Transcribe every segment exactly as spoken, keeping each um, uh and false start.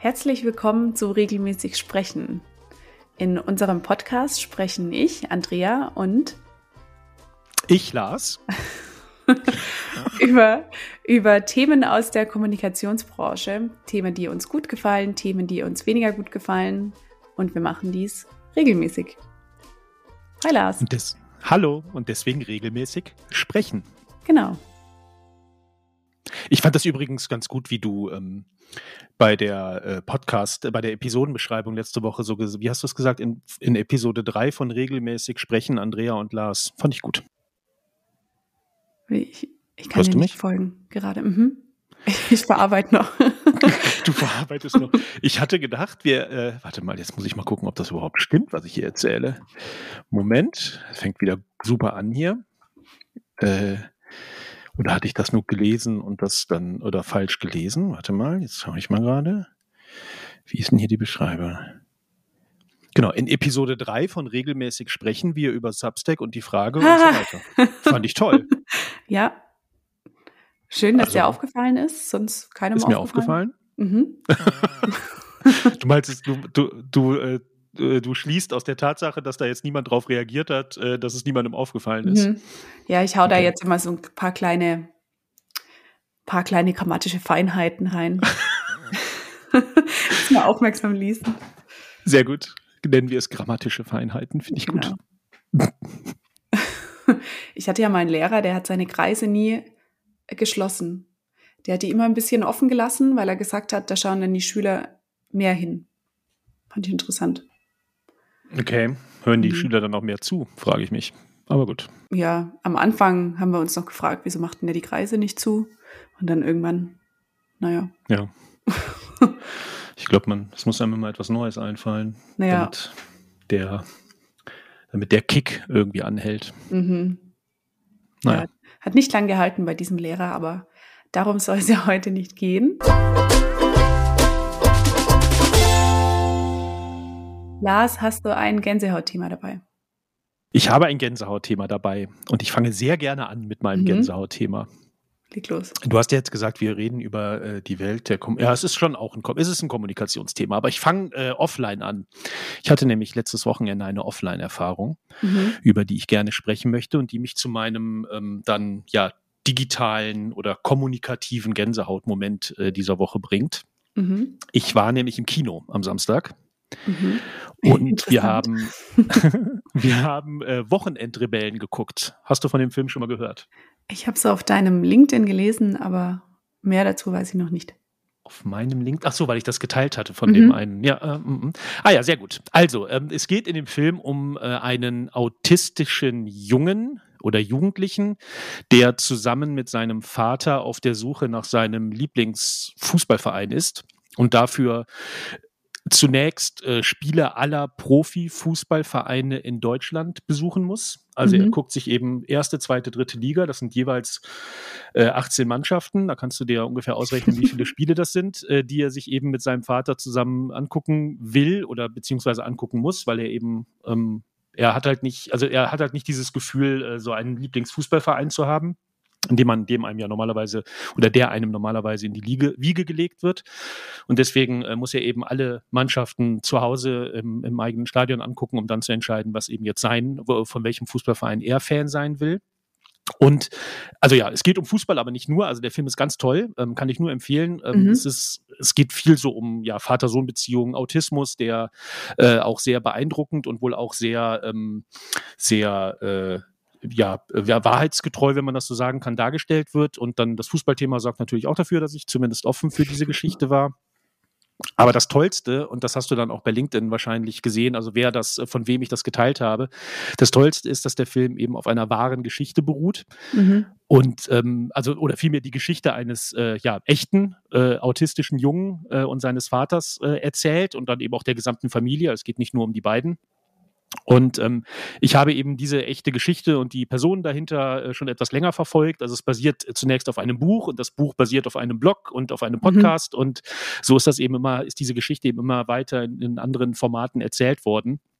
Herzlich willkommen zu Regelmäßig Sprechen. In unserem Podcast sprechen ich, Andrea, und ich, Lars, über, über Themen aus der Kommunikationsbranche, Themen, die uns gut gefallen, Themen, die uns weniger gut gefallen, und wir machen dies regelmäßig. Hi Lars. Und des, hallo und deswegen regelmäßig sprechen. Genau. Ich fand das übrigens ganz gut, wie du ähm, bei der äh, Podcast, äh, bei der Episodenbeschreibung letzte Woche so, ges- wie hast du es gesagt, in, in Episode drei von regelmäßig sprechen, Andrea und Lars. Fand ich gut. Ich, ich kann Hörst dir du nicht mich? folgen gerade. Mhm. Ich verarbeite noch. Du verarbeitest noch. Ich hatte gedacht, wir, äh, warte mal, jetzt muss ich mal gucken, ob das überhaupt stimmt, was ich hier erzähle. Moment, es fängt wieder super an hier. Äh, oder hatte ich das nur gelesen und das dann, oder falsch gelesen? Warte mal, jetzt schaue ich mal gerade. Wie ist denn hier die Beschreibung? Genau, in Episode drei von regelmäßig sprechen wir über Substack und die Frage und so weiter. Fand ich toll. Ja. Schön, dass Also, dir aufgefallen ist, sonst keinem ist mir aufgefallen. aufgefallen. Mhm. Du meinst, es- du, du, du, äh, du schließt aus der Tatsache, dass da jetzt niemand drauf reagiert hat, äh, dass es niemandem aufgefallen ist. Mhm. Ja, ich hau da Okay. jetzt immer so ein paar kleine, paar kleine grammatische Feinheiten rein. Dass man aufmerksam liest. Sehr gut. Nennen wir es grammatische Feinheiten, finde ich gut. Genau. Ich hatte ja mal einen Lehrer, der hat seine Kreise nie geschlossen. Der hat die immer ein bisschen offen gelassen, weil er gesagt hat, da schauen dann die Schüler mehr hin. Fand ich interessant. Okay, hören die Mhm. Schüler dann auch mehr zu, frage ich mich. Aber gut. Ja, am Anfang haben wir uns noch gefragt, wieso macht denn der die Kreise nicht zu? Und dann irgendwann, naja. Ja. Ich glaube, man, es muss einem immer etwas Neues einfallen, Naja. damit der, damit der Kick irgendwie anhält. Mhm. Naja. Ja, hat nicht lang gehalten bei diesem Lehrer, aber darum soll es ja heute nicht gehen. Lars, hast du ein Gänsehautthema dabei? Ich habe ein Gänsehautthema dabei und ich fange sehr gerne an mit meinem Mhm. Gänsehautthema. Leg los. Du hast ja jetzt gesagt, wir reden über äh, die Welt der Kom Ja, es ist schon auch ein, Kom es ist ein Kommunikationsthema, aber ich fange äh, offline an. Ich hatte nämlich letztes Wochenende eine Offline-Erfahrung, Mhm. über die ich gerne sprechen möchte und die mich zu meinem ähm, dann ja digitalen oder kommunikativen Gänsehautmoment äh, dieser Woche bringt. Mhm. Ich war nämlich im Kino am Samstag Mhm. und wir Interessant. haben, wir haben äh, Wochenendrebellen geguckt. Hast du von dem Film schon mal gehört? Ich habe es auf deinem LinkedIn gelesen, aber mehr dazu weiß ich noch nicht. Auf meinem Link. Ach so, weil ich das geteilt hatte von Mhm. dem einen. Ja, äh, mm, mm. Ah ja, sehr gut. Also, ähm, es geht in dem Film um äh, einen autistischen Jungen oder Jugendlichen, der zusammen mit seinem Vater auf der Suche nach seinem Lieblingsfußballverein ist und dafür zunächst äh, Spiele aller Profi-Fußballvereine in Deutschland besuchen muss. Also er Mhm. guckt sich eben erste, zweite, dritte Liga, das sind jeweils äh, achtzehn Mannschaften, da kannst du dir ungefähr ausrechnen, wie viele Spiele das sind, äh, die er sich eben mit seinem Vater zusammen angucken will oder beziehungsweise angucken muss, weil er eben, ähm, er hat halt nicht, also er hat halt nicht dieses Gefühl, äh, so einen Lieblingsfußballverein zu haben, in dem man, dem einem ja normalerweise oder der einem normalerweise in die Liege, Wiege gelegt wird. Und deswegen äh, muss er eben alle Mannschaften zu Hause im, im eigenen Stadion angucken, um dann zu entscheiden, was eben jetzt sein, wo, von welchem Fußballverein er Fan sein will. Und also ja, es geht um Fußball, aber nicht nur. Also der Film ist ganz toll, ähm, kann ich nur empfehlen. Ähm, Mhm. es ist, es geht viel so um ja Vater-Sohn-Beziehungen, Autismus, der äh, auch sehr beeindruckend und wohl auch sehr, ähm, sehr äh, ja, ja, wahrheitsgetreu, wenn man das so sagen kann, dargestellt wird. Und dann das Fußballthema sorgt natürlich auch dafür, dass ich zumindest offen für diese Geschichte war. Aber das Tollste, und das hast du dann auch bei LinkedIn wahrscheinlich gesehen, also wer das, von wem ich das geteilt habe, das Tollste ist, dass der Film eben auf einer wahren Geschichte beruht. Mhm. Und ähm, also, oder vielmehr die Geschichte eines äh, ja, echten äh, autistischen Jungen äh, und seines Vaters äh, erzählt und dann eben auch der gesamten Familie. Es geht nicht nur um die beiden. Und ähm, ich habe eben diese echte Geschichte und die Personen dahinter äh, schon etwas länger verfolgt. Also es basiert zunächst auf einem Buch und das Buch basiert auf einem Blog und auf einem Podcast. Mhm. Und so ist das eben immer, ist diese Geschichte eben immer weiter in, in anderen Formaten erzählt worden.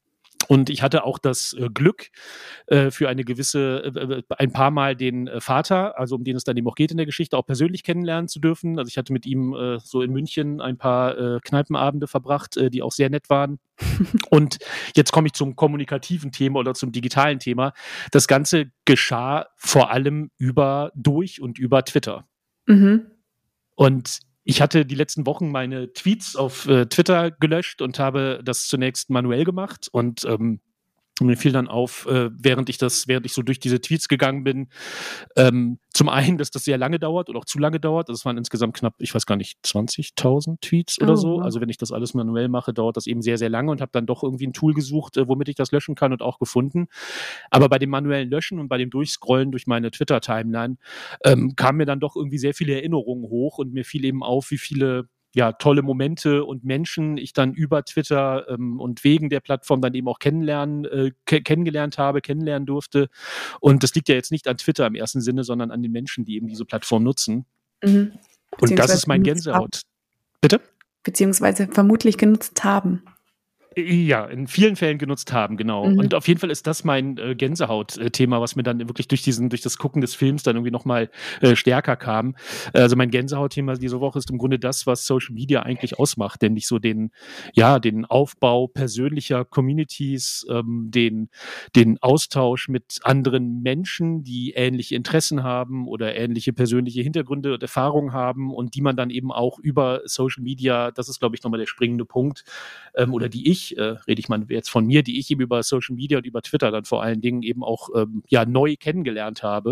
Und ich hatte auch das äh, Glück, äh, für eine gewisse, äh, ein paar Mal den äh, Vater, also um den es dann eben auch geht in der Geschichte, auch persönlich kennenlernen zu dürfen. Also ich hatte mit ihm äh, so in München ein paar äh, Kneipenabende verbracht, äh, die auch sehr nett waren. Und jetzt komme ich zum kommunikativen Thema oder zum digitalen Thema. Das Ganze geschah vor allem über, durch und über Twitter. Mhm. Und ich hatte die letzten Wochen meine Tweets auf äh, Twitter gelöscht und habe das zunächst manuell gemacht. Und ähm, mir fiel dann auf, äh, während ich das, während ich so durch diese Tweets gegangen bin, ähm, zum einen, dass das sehr lange dauert oder auch zu lange dauert. Also es waren insgesamt knapp, ich weiß gar nicht, zwanzigtausend Tweets oder Oh, so. wow. Also wenn ich das alles manuell mache, dauert das eben sehr, sehr lange und habe dann doch irgendwie ein Tool gesucht, äh, womit ich das löschen kann und auch gefunden. Aber bei dem manuellen Löschen und bei dem Durchscrollen durch meine Twitter-Timeline ähm, kamen mir dann doch irgendwie sehr viele Erinnerungen hoch und mir fiel eben auf, wie viele ja, tolle Momente und Menschen ich dann über Twitter ähm, und wegen der Plattform dann eben auch kennenlernen, äh, ke- kennengelernt habe, kennenlernen durfte. Und das liegt ja jetzt nicht an Twitter im ersten Sinne, sondern an den Menschen, die eben diese Plattform nutzen. Mhm. Und das ist mein genutzt haben. Gänsehaut. Bitte? Beziehungsweise vermutlich genutzt haben. Ja, in vielen Fällen genutzt haben, genau. Mhm. Und auf jeden Fall ist das mein äh, Gänsehaut-Thema, was mir dann wirklich durch diesen, durch das Gucken des Films dann irgendwie nochmal äh, stärker kam. Also mein Gänsehaut-Thema diese Woche ist im Grunde das, was Social Media eigentlich ausmacht, nämlich so den, ja, den Aufbau persönlicher Communities, ähm, den, den Austausch mit anderen Menschen, die ähnliche Interessen haben oder ähnliche persönliche Hintergründe und Erfahrungen haben und die man dann eben auch über Social Media, das ist, glaube ich, nochmal der springende Punkt, ähm, oder die ich äh, rede ich mal jetzt von mir, die ich eben über Social Media und über Twitter dann vor allen Dingen eben auch ähm, ja neu kennengelernt habe.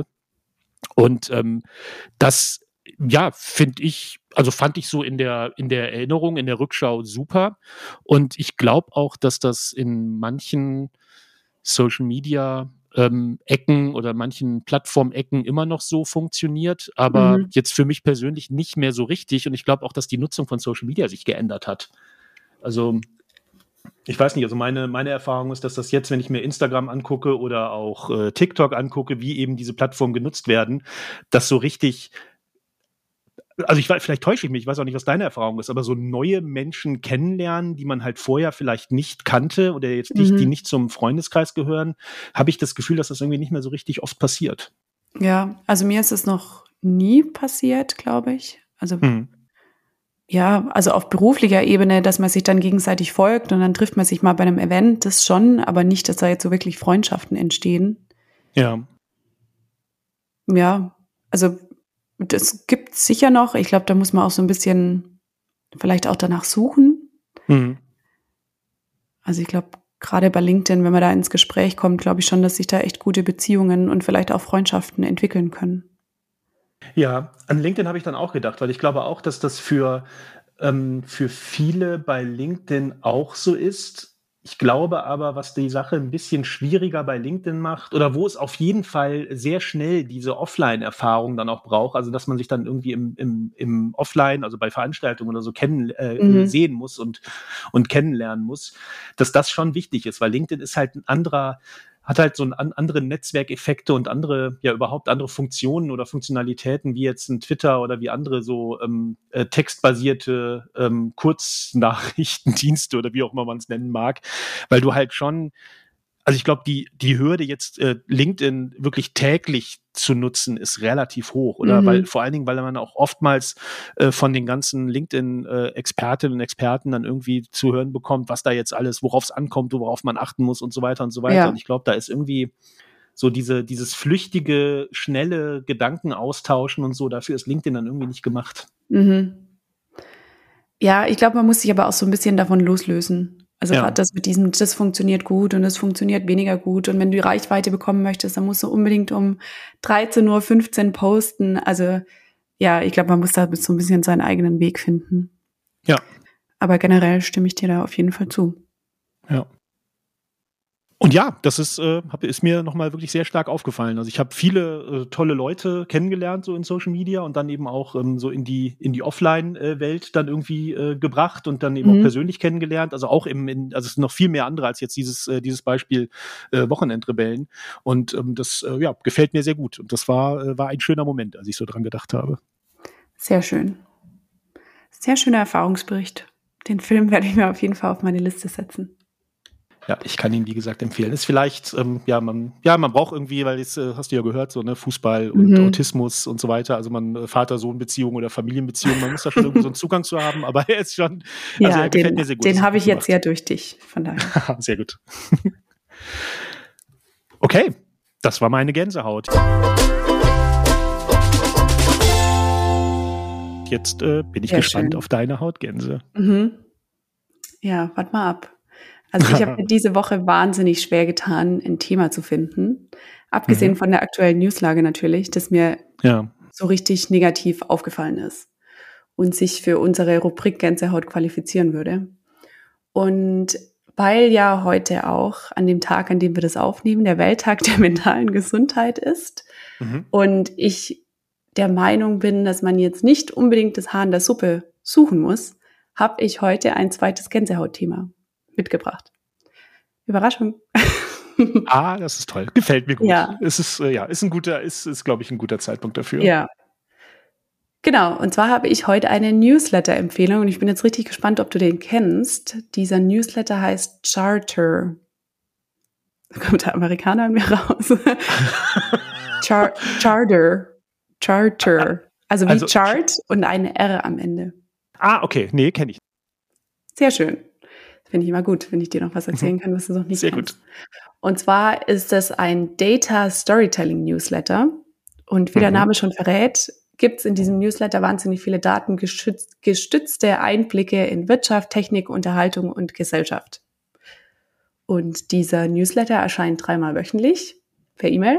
Und ähm, das, ja, finde ich, also fand ich so in der, in der Erinnerung, in der Rückschau super. Und ich glaube auch, dass das in manchen Social Media ähm, Ecken oder manchen Plattformecken immer noch so funktioniert, aber Mhm. jetzt für mich persönlich nicht mehr so richtig. Und ich glaube auch, dass die Nutzung von Social Media sich geändert hat. Also ich weiß nicht, also meine, meine Erfahrung ist, dass das jetzt, wenn ich mir Instagram angucke oder auch äh, TikTok angucke, wie eben diese Plattformen genutzt werden, dass so richtig, also ich weiß, vielleicht täusche ich mich, ich weiß auch nicht, was deine Erfahrung ist, aber so neue Menschen kennenlernen, die man halt vorher vielleicht nicht kannte oder jetzt nicht, Mhm. die nicht zum Freundeskreis gehören, habe ich das Gefühl, dass das irgendwie nicht mehr so richtig oft passiert. Ja, also mir ist es noch nie passiert, glaube ich. Also Hm. ja, also auf beruflicher Ebene, dass man sich dann gegenseitig folgt und dann trifft man sich mal bei einem Event, das schon, aber nicht, dass da jetzt so wirklich Freundschaften entstehen. Ja. Ja, also das gibt's sicher noch. Ich glaube, da muss man auch so ein bisschen vielleicht auch danach suchen. Hm. Also ich glaube, gerade bei LinkedIn, wenn man da ins Gespräch kommt, glaube ich schon, dass sich da echt gute Beziehungen und vielleicht auch Freundschaften entwickeln können. Ja, an LinkedIn habe ich dann auch gedacht, weil ich glaube auch, dass das für, ähm, für viele bei LinkedIn auch so ist. Ich glaube aber, was die Sache ein bisschen schwieriger bei LinkedIn macht oder wo es auf jeden Fall sehr schnell diese Offline-Erfahrung dann auch braucht, also dass man sich dann irgendwie im, im, im Offline, also bei Veranstaltungen oder so kennen, äh, Mhm. sehen muss und, und kennenlernen muss, dass das schon wichtig ist, weil LinkedIn ist halt ein anderer, hat halt so einen an, andere Netzwerkeffekte und andere, ja überhaupt andere Funktionen oder Funktionalitäten, wie jetzt ein Twitter oder wie andere so ähm, äh, textbasierte ähm, Kurznachrichtendienste oder wie auch immer man es nennen mag, weil du halt schon, also ich glaube, die, die Hürde jetzt äh, LinkedIn wirklich täglich zu nutzen, ist relativ hoch, oder? Mhm. Weil vor allen Dingen, weil man auch oftmals äh, von den ganzen LinkedIn-Expertinnen und Experten dann irgendwie zu hören bekommt, was da jetzt alles, worauf es ankommt, worauf man achten muss und so weiter und so weiter. Ja. Und ich glaube, da ist irgendwie so diese, dieses flüchtige, schnelle Gedanken austauschen und so, dafür ist LinkedIn dann irgendwie nicht gemacht. Mhm. Ja, ich glaube, man muss sich aber auch so ein bisschen davon loslösen. Also Ja. gerade das mit diesem, das funktioniert gut und das funktioniert weniger gut. Und wenn du die Reichweite bekommen möchtest, dann musst du unbedingt um dreizehn Uhr fünfzehn posten. Also ja, ich glaube, man muss da so ein bisschen seinen eigenen Weg finden. Ja. Aber generell stimme ich dir da auf jeden Fall zu. Ja. Und ja, das ist, äh, hab, ist mir nochmal wirklich sehr stark aufgefallen. Also ich habe viele äh, tolle Leute kennengelernt, so in Social Media und dann eben auch ähm, so in die, in die Offline-Welt dann irgendwie äh, gebracht und dann eben Mhm. auch persönlich kennengelernt. Also auch im, in, also es sind noch viel mehr andere als jetzt dieses, äh, dieses Beispiel äh, Wochenendrebellen. Und ähm, das äh, ja, gefällt mir sehr gut. Und das war, äh, war ein schöner Moment, als ich so dran gedacht habe. Sehr schön. Sehr schöner Erfahrungsbericht. Den Film werde ich mir auf jeden Fall auf meine Liste setzen. Ja, ich kann ihn, wie gesagt, empfehlen. Ist vielleicht, ähm, ja, man, ja, man braucht irgendwie, weil jetzt äh, hast du ja gehört, so, ne, Fußball und Mhm. Autismus und so weiter. Also man äh, Vater-Sohn-Beziehung oder Familienbeziehung, man muss da schon irgendwie so einen Zugang zu haben, aber er ist schon, also Ja, er gefällt den, mir sehr gut. den ist habe gut ich jetzt gemacht. ja durch dich, von daher. Sehr gut. Okay, das war meine Gänsehaut. Jetzt äh, bin ich Sehr gespannt schön. auf deine Hautgänse. Mhm. Ja, warte mal ab. Also ich habe mir diese Woche wahnsinnig schwer getan, ein Thema zu finden. Abgesehen Mhm. von der aktuellen Newslage natürlich, das mir Ja. so richtig negativ aufgefallen ist und sich für unsere Rubrik Gänsehaut qualifizieren würde. Und weil ja heute auch an dem Tag, an dem wir das aufnehmen, der Welttag der mentalen Gesundheit ist Mhm. und ich der Meinung bin, dass man jetzt nicht unbedingt das Haar in der Suppe suchen muss, habe ich heute ein zweites Gänsehautthema mitgebracht. Überraschung. Ah, das ist toll. Gefällt mir gut. Ja. Es ist, äh, ja, ist ein guter, ist, ist glaube ich, ein guter Zeitpunkt dafür. Ja. Genau, und zwar habe ich heute eine Newsletter-Empfehlung und ich bin jetzt richtig gespannt, ob du den kennst. Dieser Newsletter heißt Charter. Da kommt der Amerikaner an mir raus. Char Charter. Charter. Also wie Also- Chart und eine R am Ende. Ah, okay. Nee, kenne ich. Sehr schön. Finde ich immer gut, wenn ich dir noch was erzählen kann, was du noch nicht Sehr kennst. gut. Und zwar ist es ein Data Storytelling Newsletter. Und wie der Mhm. Name schon verrät, gibt es in diesem Newsletter wahnsinnig viele datengestützte Einblicke in Wirtschaft, Technik, Unterhaltung und Gesellschaft. Und dieser Newsletter erscheint dreimal wöchentlich per E-Mail.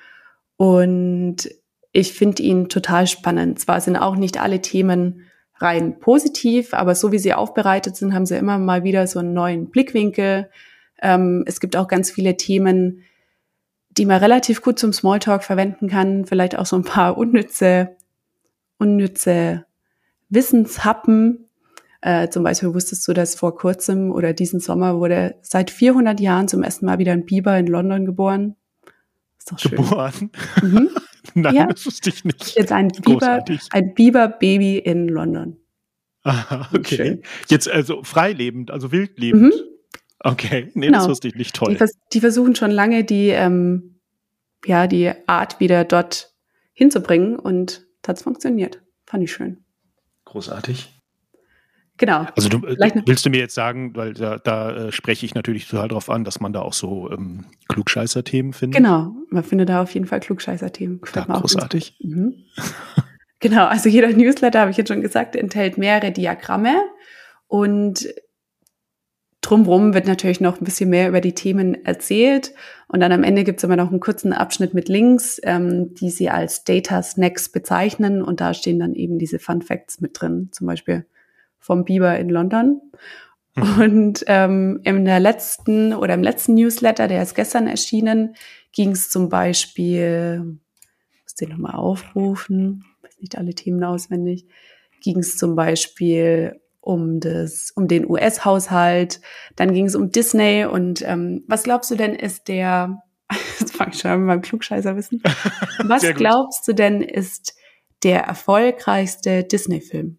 Und ich finde ihn total spannend. Zwar sind auch nicht alle Themen rein positiv, aber so wie sie aufbereitet sind, haben sie immer mal wieder so einen neuen Blickwinkel. Ähm, es gibt auch ganz viele Themen, die man relativ gut zum Smalltalk verwenden kann. Vielleicht auch so ein paar unnütze, unnütze Wissenshappen. Äh, zum Beispiel wusstest du, dass vor kurzem oder diesen Sommer wurde seit vierhundert Jahren zum ersten Mal wieder ein Biber in London geboren. Ist doch schön. Geboren? Mhm. Nein, Ja. das wusste ich nicht. Jetzt ein Biber, Großartig. ein Biber-Baby in London. Aha, Wie okay. schön. Jetzt also freilebend, also wildlebend. Mhm. Okay, nee, Genau. das wusste ich nicht. Toll. Die, vers die versuchen schon lange, die, ähm, ja, die Art wieder dort hinzubringen und das hat funktioniert. Fand ich schön. Großartig. Genau. Also du, äh, Vielleicht noch- willst du mir jetzt sagen, weil da, da äh, spreche ich natürlich total drauf an, dass man da auch so ähm, Klugscheißer-Themen findet. Genau, man findet da auf jeden Fall Klugscheißer-Themen. Gefällt Ja, mir auch ganz großartig. gut. Mhm. Genau, also jeder Newsletter, habe ich jetzt schon gesagt, enthält mehrere Diagramme und drumherum wird natürlich noch ein bisschen mehr über die Themen erzählt und dann am Ende gibt es immer noch einen kurzen Abschnitt mit Links, ähm, die sie als Data Snacks bezeichnen und da stehen dann eben diese Fun Facts mit drin, zum Beispiel vom Biber in London. Mhm. Und ähm, in der letzten oder im letzten Newsletter, der ist gestern erschienen, ging es zum Beispiel, ich muss den nochmal aufrufen, ich weiß nicht alle Themen auswendig, ging es zum Beispiel um das, um den U S-Haushalt, dann ging es um Disney und ähm, was glaubst du denn ist der, jetzt fange ich schon an mit meinem Klugscheißerwissen, was Sehr gut. glaubst du denn ist der erfolgreichste Disney-Film?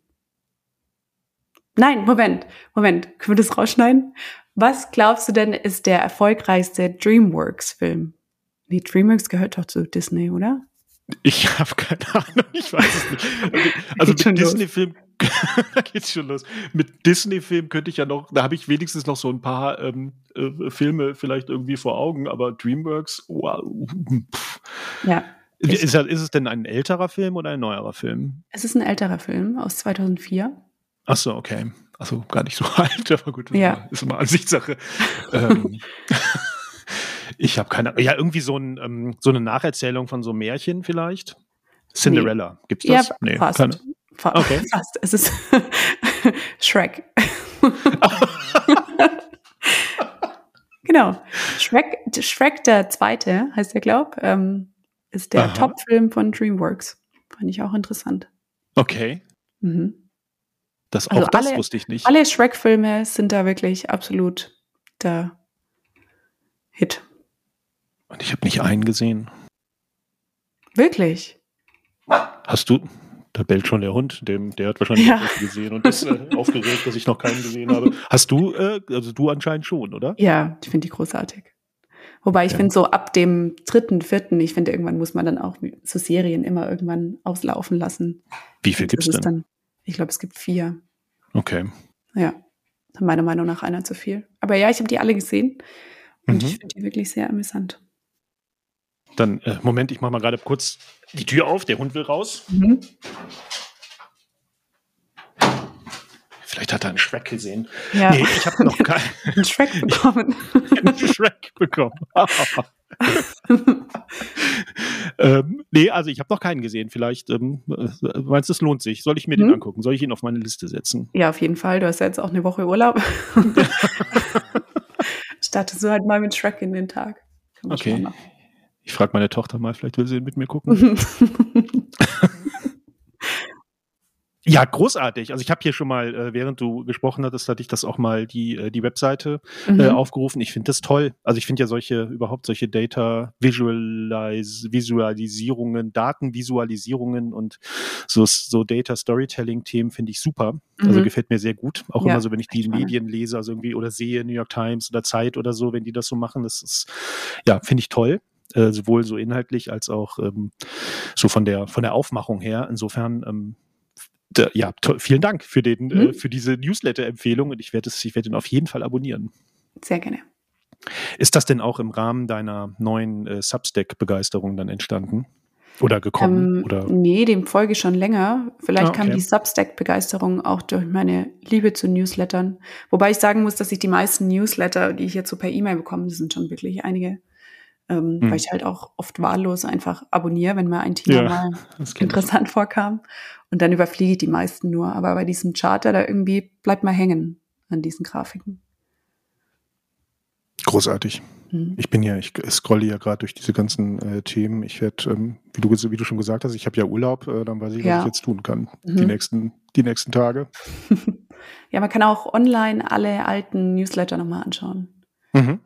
Nein, Moment, Moment, können wir das rausschneiden? Was glaubst du denn ist der erfolgreichste DreamWorks-Film? Nee, DreamWorks gehört doch zu Disney, oder? Ich habe keine Ahnung, ich weiß es nicht. Also, also Geht schon mit los. Disney-Film, da geht's schon los. Mit Disney-Film könnte ich ja noch, da habe ich wenigstens noch so ein paar ähm, äh, Filme vielleicht irgendwie vor Augen, aber DreamWorks, wow. Pff. Ja. Ist, ist, ist es denn ein älterer Film oder ein neuerer Film? Es ist ein älterer Film aus zweitausendvier. Ach so, okay. Also gar nicht so alt, aber gut, das Ja. ist, immer, ist immer Ansichtssache. ähm, ich habe keine Ja, irgendwie so, ein, ähm, so eine Nacherzählung von so einem Märchen vielleicht. Cinderella, gibt's das? Ja, Nee, fast. keine. Fa Okay. Fast. Es ist Shrek. Genau. Shrek, Shrek der Zweite, heißt der, glaub, ähm, ist der Aha. Top-Film von DreamWorks. Fand ich auch interessant. Okay. Mhm. Das, Also auch das alle- wusste ich nicht. Alle Shrek-Filme sind da wirklich absolut der Hit. Und ich habe nicht einen gesehen. Wirklich? Hast du? Da bellt schon der Hund, dem, der hat wahrscheinlich Ja. nicht viel gesehen und ist äh, aufgeregt, dass ich noch keinen gesehen habe. Hast du, äh, also du anscheinend schon, oder? Ja, ich finde die großartig. Wobei ich Okay. finde so ab dem dritten, vierten, ich finde irgendwann muss man dann auch so Serien immer irgendwann auslaufen lassen. Wie viel Das gibt's ist denn? dann, ich glaube, es gibt vier. Okay. Ja, meiner Meinung nach einer zu viel. Aber ja, ich habe die alle gesehen und Mhm. ich finde die wirklich sehr amüsant. Dann, äh, Moment, ich mache mal gerade kurz die Tür auf, der Hund will raus. Mhm. Vielleicht hat er einen Shrek gesehen. Ja, Nee, ich habe noch keinen einen Shrek bekommen. Shrek bekommen. ähm, nee, also ich habe noch keinen gesehen. Vielleicht, ähm, äh, meinst du, es lohnt sich? Soll ich mir den Mhm. angucken? Soll ich ihn auf meine Liste setzen? Ja, auf jeden Fall. Du hast ja jetzt auch eine Woche Urlaub. Startest du halt mal mit Shrek in den Tag. Kann man Okay. schon mal Ich frage meine Tochter mal, vielleicht will sie mit mir gucken. machen. Ja, großartig. Also ich habe hier schon mal, äh, während du gesprochen hattest, hatte ich das auch mal die, äh, die Webseite äh, Mhm. aufgerufen. Ich finde das toll. Also ich finde ja solche, überhaupt solche Data Visualize, Visualisierungen, Datenvisualisierungen und so, so Data Storytelling Themen finde ich super. Also Mhm. gefällt mir sehr gut. Auch Ja, immer so, wenn ich die echt spannend. Medien lese, also irgendwie oder sehe, New York Times oder Zeit oder so, wenn die das so machen, das ist, ja, finde ich toll. Äh, sowohl so inhaltlich als auch ähm, so von der, von der Aufmachung her. Insofern, ähm, D- Ja, to- vielen Dank für den, Mhm. äh, für diese Newsletter-Empfehlung und ich werde es, ich werde ihn auf jeden Fall abonnieren. Sehr gerne. Ist das denn auch im Rahmen deiner neuen äh, Substack-Begeisterung dann entstanden? Oder gekommen? Ähm, Oder? nee, dem folge ich schon länger. Vielleicht Ah, kam okay. die Substack-Begeisterung auch durch meine Liebe zu Newslettern. Wobei ich sagen muss, dass ich die meisten Newsletter, die ich jetzt so per E-Mail bekomme, das sind schon wirklich einige, ähm, Hm. weil ich halt auch oft wahllos einfach abonniere, wenn mir ein Thema Ja, mal das kenn ich. interessant vorkam. Und dann überfliege ich die meisten nur. Aber bei diesem Charter, da irgendwie bleibt man hängen an diesen Grafiken. Großartig. Mhm. Ich bin ja, ich scrolle ja gerade durch diese ganzen äh, Themen. Ich werde, ähm, wie du, wie du schon gesagt hast, ich habe ja Urlaub, äh, dann weiß ich, was Ja. ich jetzt tun kann. Mhm. Die nächsten, die nächsten Tage. Ja, man kann auch online alle alten Newsletter nochmal anschauen. Mhm.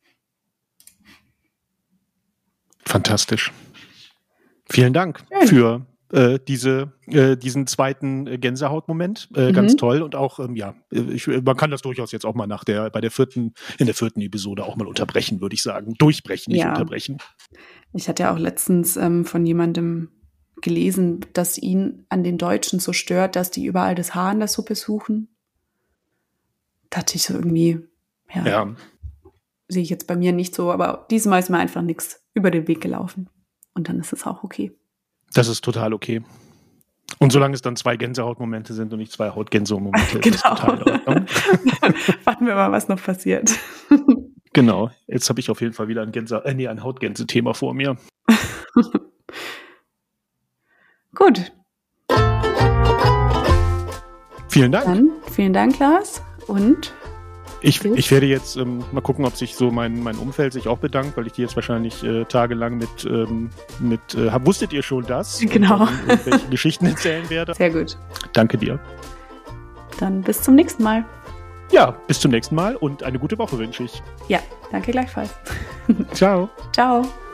Fantastisch. Vielen Dank Schön. für äh, diese, äh, diesen zweiten äh, Gänsehautmoment. Äh, Mhm. Ganz toll. Und auch, ähm, ja, ich, man kann das durchaus jetzt auch mal nach der, bei der vierten, in der vierten Episode auch mal unterbrechen, würde ich sagen. Durchbrechen, nicht Ja. unterbrechen. Ich hatte ja auch letztens ähm, von jemandem gelesen, dass ihn an den Deutschen so stört, dass die überall das Haar in der Suppe suchen. Dachte ich so irgendwie, ja, Ja, sehe ich jetzt bei mir nicht so, aber diesmal ist mir einfach nichts über den Weg gelaufen. Und dann ist es auch okay. das ist total okay. Und solange es dann zwei Gänsehautmomente sind und nicht zwei Hautgänsehautmomente, ist das Genau. total in Ordnung. Warten wir mal, was noch passiert. Genau. Jetzt habe ich auf jeden Fall wieder ein Gänse, äh, nee, ein Hautgänse-Thema vor mir. Gut, Vielen Dank. dann vielen Dank, Lars. Und Ich, Bis- ich werde jetzt ähm, mal gucken, ob sich so mein, mein Umfeld sich auch bedankt, weil ich die jetzt wahrscheinlich äh, tagelang mit, ähm, mit äh, hab, wusstet ihr schon das? Genau. Und dann irgendwelche Geschichten erzählen werde. sehr gut. Danke dir. Dann bis zum nächsten Mal. Ja, bis zum nächsten Mal und eine gute Woche wünsche ich. Ja, danke gleichfalls. Ciao. Ciao.